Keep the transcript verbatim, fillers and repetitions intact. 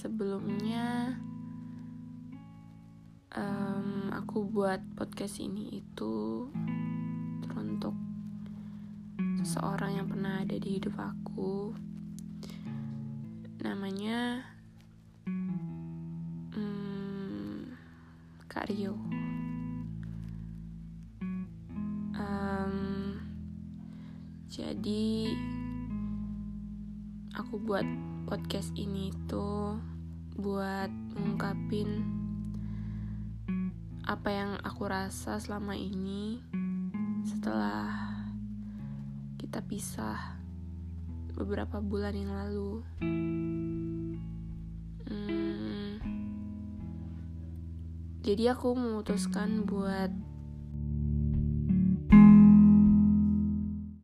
sebelumnya um, aku buat podcast ini itu teruntuk seseorang yang pernah ada di hidup aku. Namanya um, Kak Rio. um, Jadi aku buat podcast ini tuh buat ngungkapin apa yang aku rasa selama ini setelah kita pisah beberapa bulan yang lalu. Hmm, jadi aku memutuskan buat